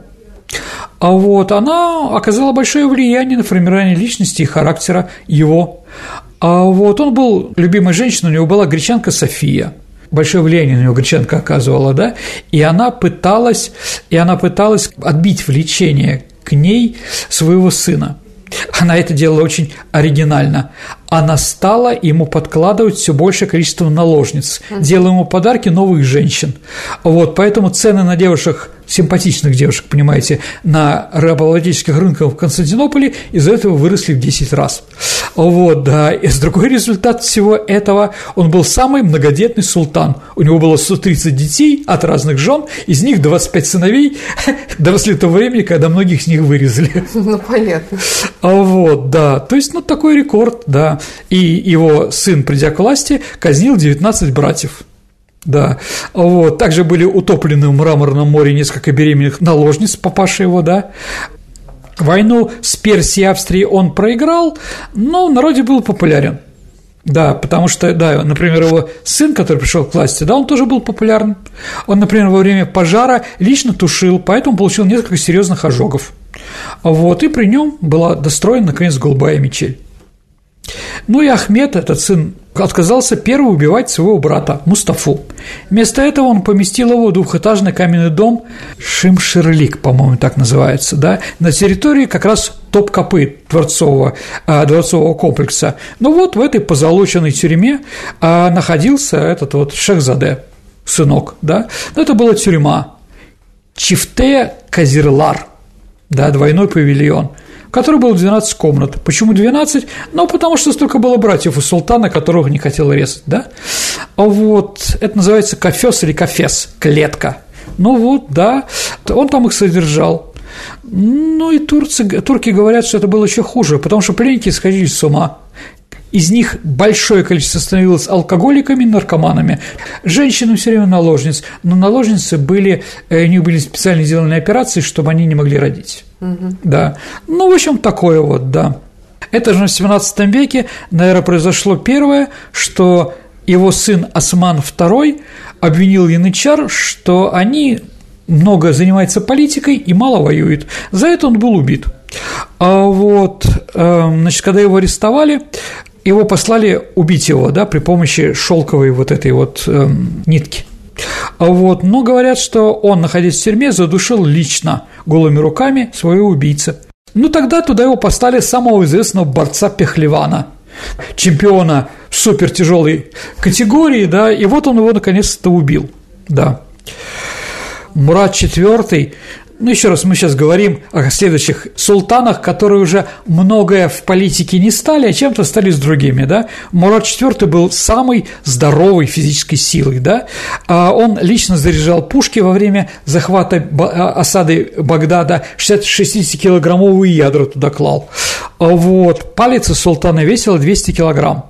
А вот она оказала большое влияние на формирование личности и характера его. А вот он был любимой женщиной, у него была гречанка София. Большое влияние на него гречанка оказывала, да, и она пыталась, и она пыталась отбить влечение к ней своего сына. Она это делала очень оригинально. Она стала ему подкладывать все большее количество наложниц, делая ему подарки новых женщин. Вот, поэтому цены на девушек, симпатичных девушек, понимаете, на рабовладельческих рынках в Константинополе из-за этого выросли в десять раз. Вот, да, и другой результат всего этого – он был самый многодетный султан. У него было сто тридцать детей от разных жен, из них двадцать пять сыновей доросли до того времени, когда многих с них вырезали. Ну, понятно. Вот, да, то есть, ну, такой рекорд, да. И его сын, придя к власти, казнил девятнадцать братьев. Да, вот, также были утоплены в Мраморном море несколько беременных наложниц, папаша его, да. Войну с Персией и Австрией он проиграл, но в народе был популярен. Да, потому что, да, например, его сын, который пришел к власти, да, он тоже был популярен. Он, например, во время пожара лично тушил, поэтому получил несколько серьезных ожогов. Вот, и при нем была достроена, наконец, голубая мечеть. Ну и Ахмед, этот сын, отказался первым убивать своего брата Мустафу. Вместо этого он поместил его в двухэтажный каменный дом Шимширлик, по-моему, так называется, да, на территории как раз Топкапы дворцового, дворцового комплекса. Ну вот в этой позолоченной тюрьме находился этот вот Шехзаде, сынок, да, но это была тюрьма Чифте Казирлар, да, двойной павильон, в которой было двенадцать комнат. Почему двенадцать? Ну, потому что столько было братьев у султана, которых не хотел резать, да? Вот, это называется кафес или кафес, клетка. Ну вот, да, он там их содержал. Ну и турцы, турки говорят, что это было еще хуже, потому что пленники сходили с ума. Из них большое количество становилось алкоголиками, наркоманами, женщинам все время наложниц, но наложницы были, у них были специально сделаны операции, чтобы они не могли родить. Угу. Да. Ну, в общем, такое вот, да. Это же в семнадцатом веке, наверное, произошло первое, что его сын Осман второй обвинил янычар, что они много занимаются политикой и мало воюют. За это он был убит. А вот, значит, когда его арестовали, его послали убить его, да, при помощи шелковой вот этой вот э, нитки. Вот, но говорят, что он, находясь в тюрьме, задушил лично голыми руками своего убийцу. Ну, тогда туда его послали самого известного борца Пехлевана, чемпиона супертяжелой категории, да, и вот он его наконец-то убил, да. Мурат четвёртый. Ну, еще раз, мы сейчас говорим о следующих султанах, которые уже многое в политике не стали, а чем-то стали с другими, да. Мурат четвёртый был самой здоровой физической силой, да. Он лично заряжал пушки во время захвата осады Багдада, шестидесятикилограммовые ядра туда клал. Вот. Палец у султана весила двести килограмм,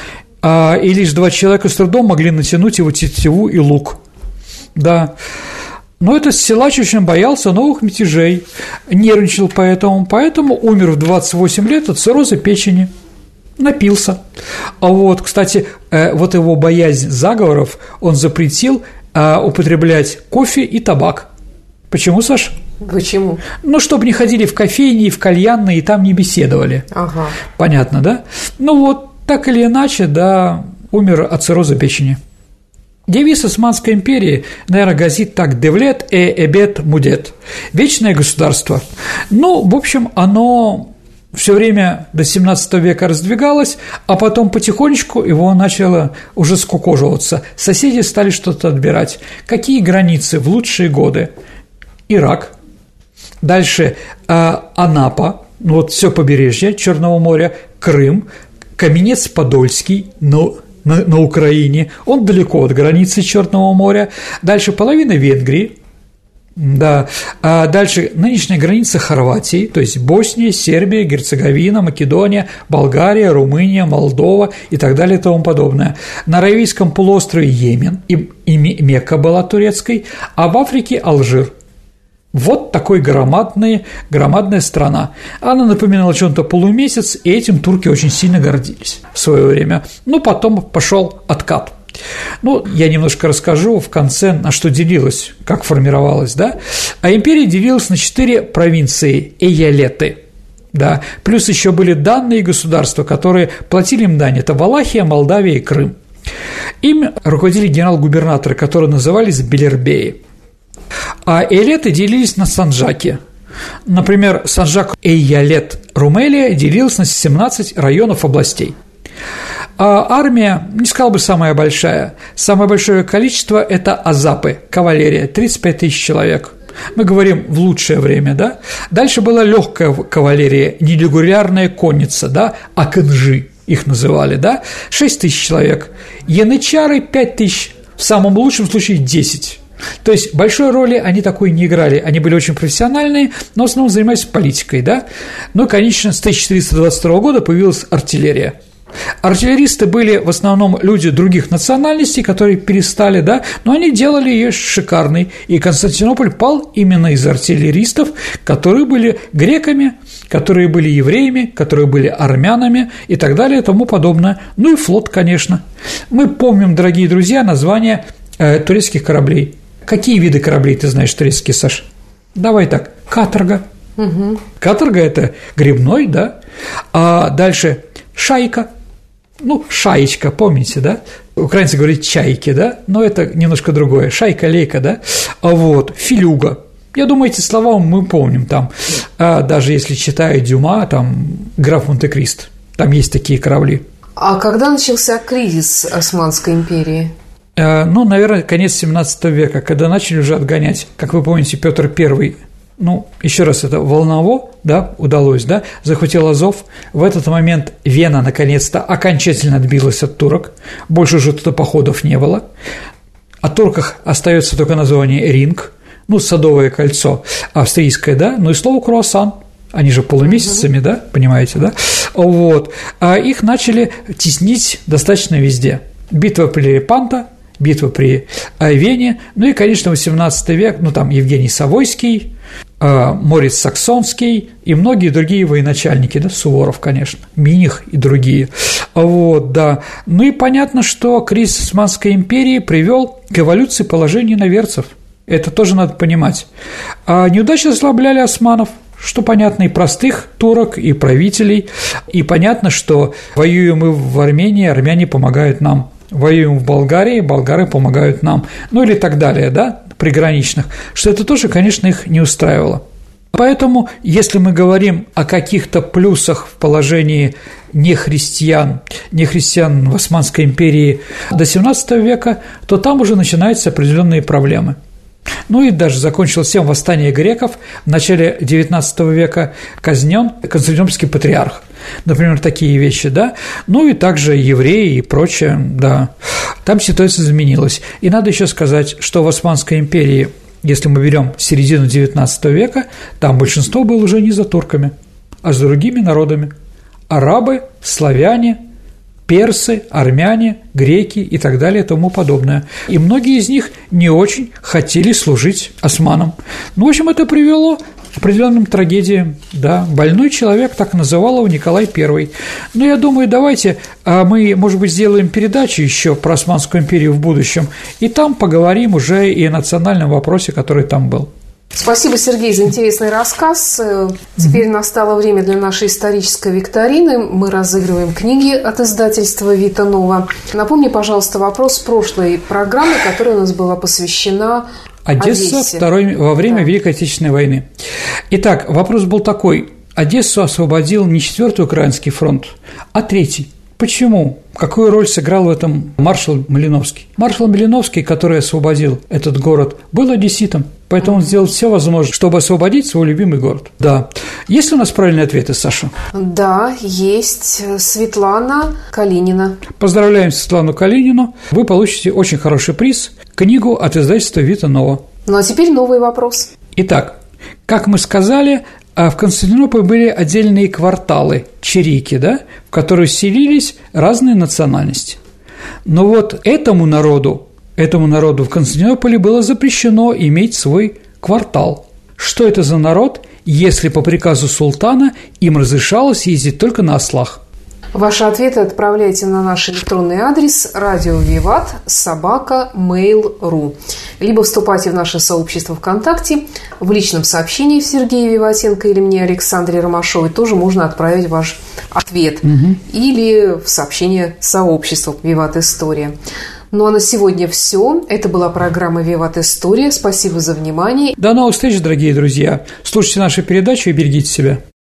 и лишь два человека с трудом могли натянуть его тетиву и лук, да. Но этот силач очень боялся новых мятежей, нервничал поэтому, поэтому умер в двадцать восемь лет от цирроза печени, напился. А вот, кстати, вот его боязнь заговоров, он запретил употреблять кофе и табак. Почему, Саш? Почему? Ну, чтобы не ходили в кофейни, в кальянные и там не беседовали. Ага. Понятно, да? Ну вот, так или иначе, да, умер от цирроза печени. Девиз Османской империи, наверное, гласит так: «Девлет э эбет мудет» – «вечное государство». Ну, в общем, оно все время до семнадцатого века раздвигалось, а потом потихонечку его начало уже скукоживаться. Соседи стали что-то отбирать. Какие границы в лучшие годы? Ирак, дальше э, Анапа, вот все побережье Черного моря, Крым, Каменец-Подольский, ну, На, на Украине, он далеко от границы Черного моря, дальше половина Венгрии, да, а дальше нынешняя граница Хорватии, то есть Босния, Сербия, Герцеговина, Македония, Болгария, Румыния, Молдова и так далее и тому подобное. На Аравийском полуострове Йемен, и, и Мекка была турецкой, а в Африке Алжир. Вот такой громадная, громадная страна. Она напоминала чем-то полумесяц, и этим турки очень сильно гордились в свое время. Ну, потом пошел откат. Ну, я немножко расскажу в конце, на что делилась, как формировалась, да. А империя делилась на четыре провинции – эялеты, да. Плюс еще были данные государства, которые платили им дань – это Валахия, Молдавия и Крым. Им руководили генерал-губернаторы, которые назывались белербеи. А эялеты делились на санджаки. Например, санджак Эйялет Румелия делился на семнадцать районов областей. А армия, не сказал бы самая большая, самое большое количество – это азапы, кавалерия, тридцать пять тысяч человек. Мы говорим в лучшее время, да. Дальше была легкая кавалерия, нерегулярная конница, да, аканжи их называли, да, шесть тысяч человек. Янычары – пять тысяч, в самом лучшем случае десять. То есть большой роли они такой не играли, они были очень профессиональные, но в основном занимались политикой, да. Ну и, конечно, с тысяча четыреста двадцать второго года появилась артиллерия. Артиллеристы были в основном люди других национальностей, которые перестали, да, но они делали ее шикарной, и Константинополь пал именно из артиллеристов, которые были греками, которые были евреями, которые были армянами и так далее и тому подобное. Ну и флот, конечно. Мы помним, дорогие друзья, названия э, турецких кораблей. Какие виды кораблей ты знаешь турецкие, Саш? Давай так, каторга. Угу. Каторга – это гребной, да, а дальше шайка. Ну, шаечка, помните, да? Украинцы говорят чайки, да? Но это немножко другое. Шайка, лейка, да? А вот, филюга. Я думаю, эти слова мы помним там. А даже если читаю Дюма, там, граф Монте-Кристо, там есть такие корабли. А когда начался кризис Османской империи? А, ну, наверное, конец семнадцатого века, когда начали уже отгонять, как вы помните, Петр Первый. Ну, еще раз, это Волново, да, удалось, да, захватил Азов. В этот момент Вена, наконец-то, окончательно отбилась от турок, больше уже туда походов не было. О турках остается только название Ринг, ну, Садовое кольцо австрийское, да, ну и слово круассан, они же полумесяцами, uh-huh. да, понимаете, да, вот, а их начали теснить достаточно везде. Битва при Лепанто, битва при Вене, ну и, конечно, восемнадцатый век, ну, там Евгений Савойский, Мориц Саксонский и многие другие военачальники, да, Суворов, конечно, Миних и другие, вот, да. Ну и понятно, что кризис Османской империи привел к эволюции положения иноверцев, это тоже надо понимать. А неудачи ослабляли османов, что понятно и простых турок, и правителей, и понятно, что воюем мы в Армении, армяне помогают нам, воюем в Болгарии, болгары помогают нам, ну или так далее, да, приграничных, что это тоже, конечно, их не устраивало. Поэтому, если мы говорим о каких-то плюсах в положении нехристиан, нехристиан в Османской империи до семнадцатого века, то там уже начинаются определенные проблемы. Ну и даже закончилось всем восстание греков, в начале девятнадцатого века казнен Константинопольский патриарх, например, такие вещи, да, ну и также евреи и прочее, да, там ситуация изменилась. И надо еще сказать, что в Османской империи, если мы берем середину девятнадцатого века, там большинство было уже не за турками, а за другими народами – арабы, славяне, персы, армяне, греки и так далее и тому подобное. И многие из них не очень хотели служить османам. Ну, в общем, это привело к определенным трагедиям. Да, больной человек, так называл его Николай Первый. Ну, я думаю, давайте мы, может быть, сделаем передачу еще про Османскую империю в будущем, и там поговорим уже и о национальном вопросе, который там был. Спасибо, Сергей, за интересный рассказ. Теперь mm-hmm. настало время для нашей исторической викторины. Мы разыгрываем книги от издательства «Вита Нова». Напомни, пожалуйста, вопрос прошлой программы, которая у нас была посвящена Одесса Одессе. Второй, во время да. Великой Отечественной войны. Итак, вопрос был такой. Одессу освободил не четвёртый Украинский фронт, а третий. Почему? Какую роль сыграл в этом маршал Малиновский? Маршал Малиновский, который освободил этот город, был одесситом, поэтому он сделал все возможное, чтобы освободить свой любимый город. Да. Есть ли у нас правильные ответы, Саша? Да, есть. Светлана Калинина. Поздравляем Светлану Калинину. Вы получите очень хороший приз – книгу от издательства «Вита Нова». Ну, а теперь новый вопрос. Итак, как мы сказали, в Константинополе были отдельные кварталы, чирики, да, в которые селились разные национальности. Но вот этому народу, этому народу в Константинополе было запрещено иметь свой квартал. что это за народ, если по приказу султана им разрешалось ездить только на ослах? Ваши ответы отправляйте на наш электронный адрес радио Виват собака мейл точка ру, либо вступайте в наше сообщество ВКонтакте. В личном сообщении Сергея Виватенко или мне, Александре Ромашовой, тоже можно отправить ваш ответ. Угу. Или в сообщение сообщества Виват История. Ну а на сегодня все. Это была программа «Виват История». Спасибо за внимание. До новых встреч, дорогие друзья. Слушайте наши передачи и берегите себя.